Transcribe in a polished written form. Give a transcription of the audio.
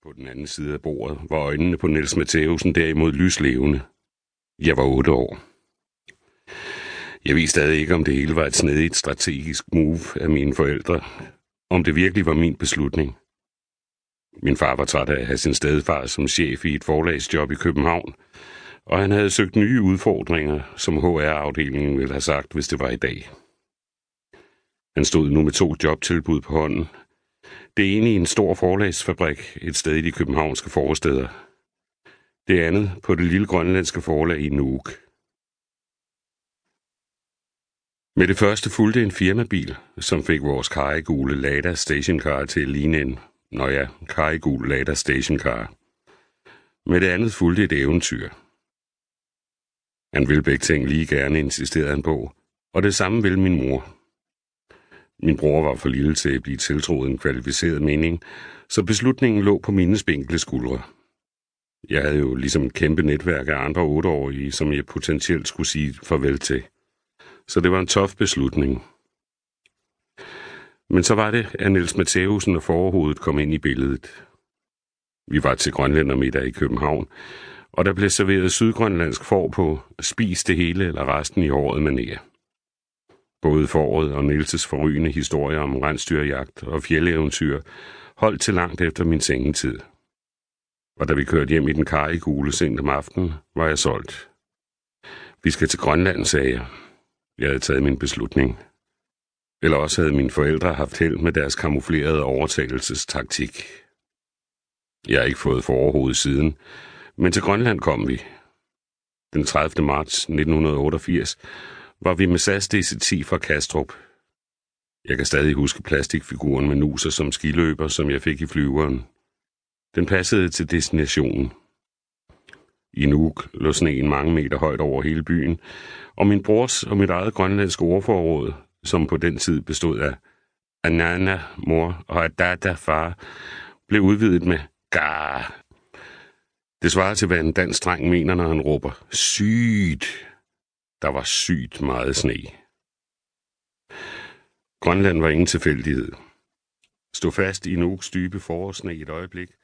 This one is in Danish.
På den anden side af bordet var øjnene på Niels Mathæusen derimod lyslevende. Jeg var 8 år. Jeg vidste stadig ikke, om det hele var et snedigt strategisk move af mine forældre, om det virkelig var min beslutning. Min far var træt af at have sin stedfar som chef i et forlagsjob i København, og han havde søgt nye udfordringer, som HR-afdelingen ville have sagt, hvis det var i dag. Han stod nu med 2 jobtilbud på hånden. Det ene i en stor forlagsfabrik et sted i de københavnske forstæder. Det andet på det lille grønlandske forlag i Nuuk. Med det første fulgte en firmabil, som fik vores karrigule Lada stationcar til at ligne en, karrigul Lada stationcar. Med det andet fulgte et eventyr. Han ville begge ting lige gerne, insisterede han på, og det samme ville min mor. Min bror var for lille til at blive tiltroet en kvalificeret mening, så beslutningen lå på mine spinkle skuldre. Jeg havde jo ligesom et kæmpe netværk af andre 8-årige, som jeg potentielt skulle sige farvel til. Så det var en tof beslutning. Men så var det, at Niels Mathæusen og forhovedet kom ind i billedet. Vi var til grønlændermiddag i København, og der blev serveret sydgrønlandsk får på spis det hele eller resten i året manér. Både foråret og Nielses forrygende historier om rensdyrjagt og fjeldeventyr holdt til langt efter min sengetid. Og da vi kørte hjem i den karrigule sent om aftenen, var jeg solgt. Vi skal til Grønland, sagde jeg. Jeg havde taget min beslutning. Eller også havde mine forældre haft held med deres kamuflerede overtagelsestaktik. Jeg har ikke fået forhovedet siden, men til Grønland kom vi. Den 30. marts 1988 var vi med SAS DC-10 fra Kastrup. Jeg kan stadig huske plastikfiguren med nuser som skiløber, som jeg fik i flyveren. Den passede til destinationen. I Nuuk lå sneen mange meter højt over hele byen, og min brors og mit eget grønlandske ordforråd, som på den tid bestod af Anana, mor, og Adada, far, blev udvidet med Gar. Det svarer til, hvad en dansk dreng mener, når han råber sygt. Der var sygt meget sne. Grønland var ingen tilfældighed. Stod fast i Nuuks dybe forårssne i et øjeblik,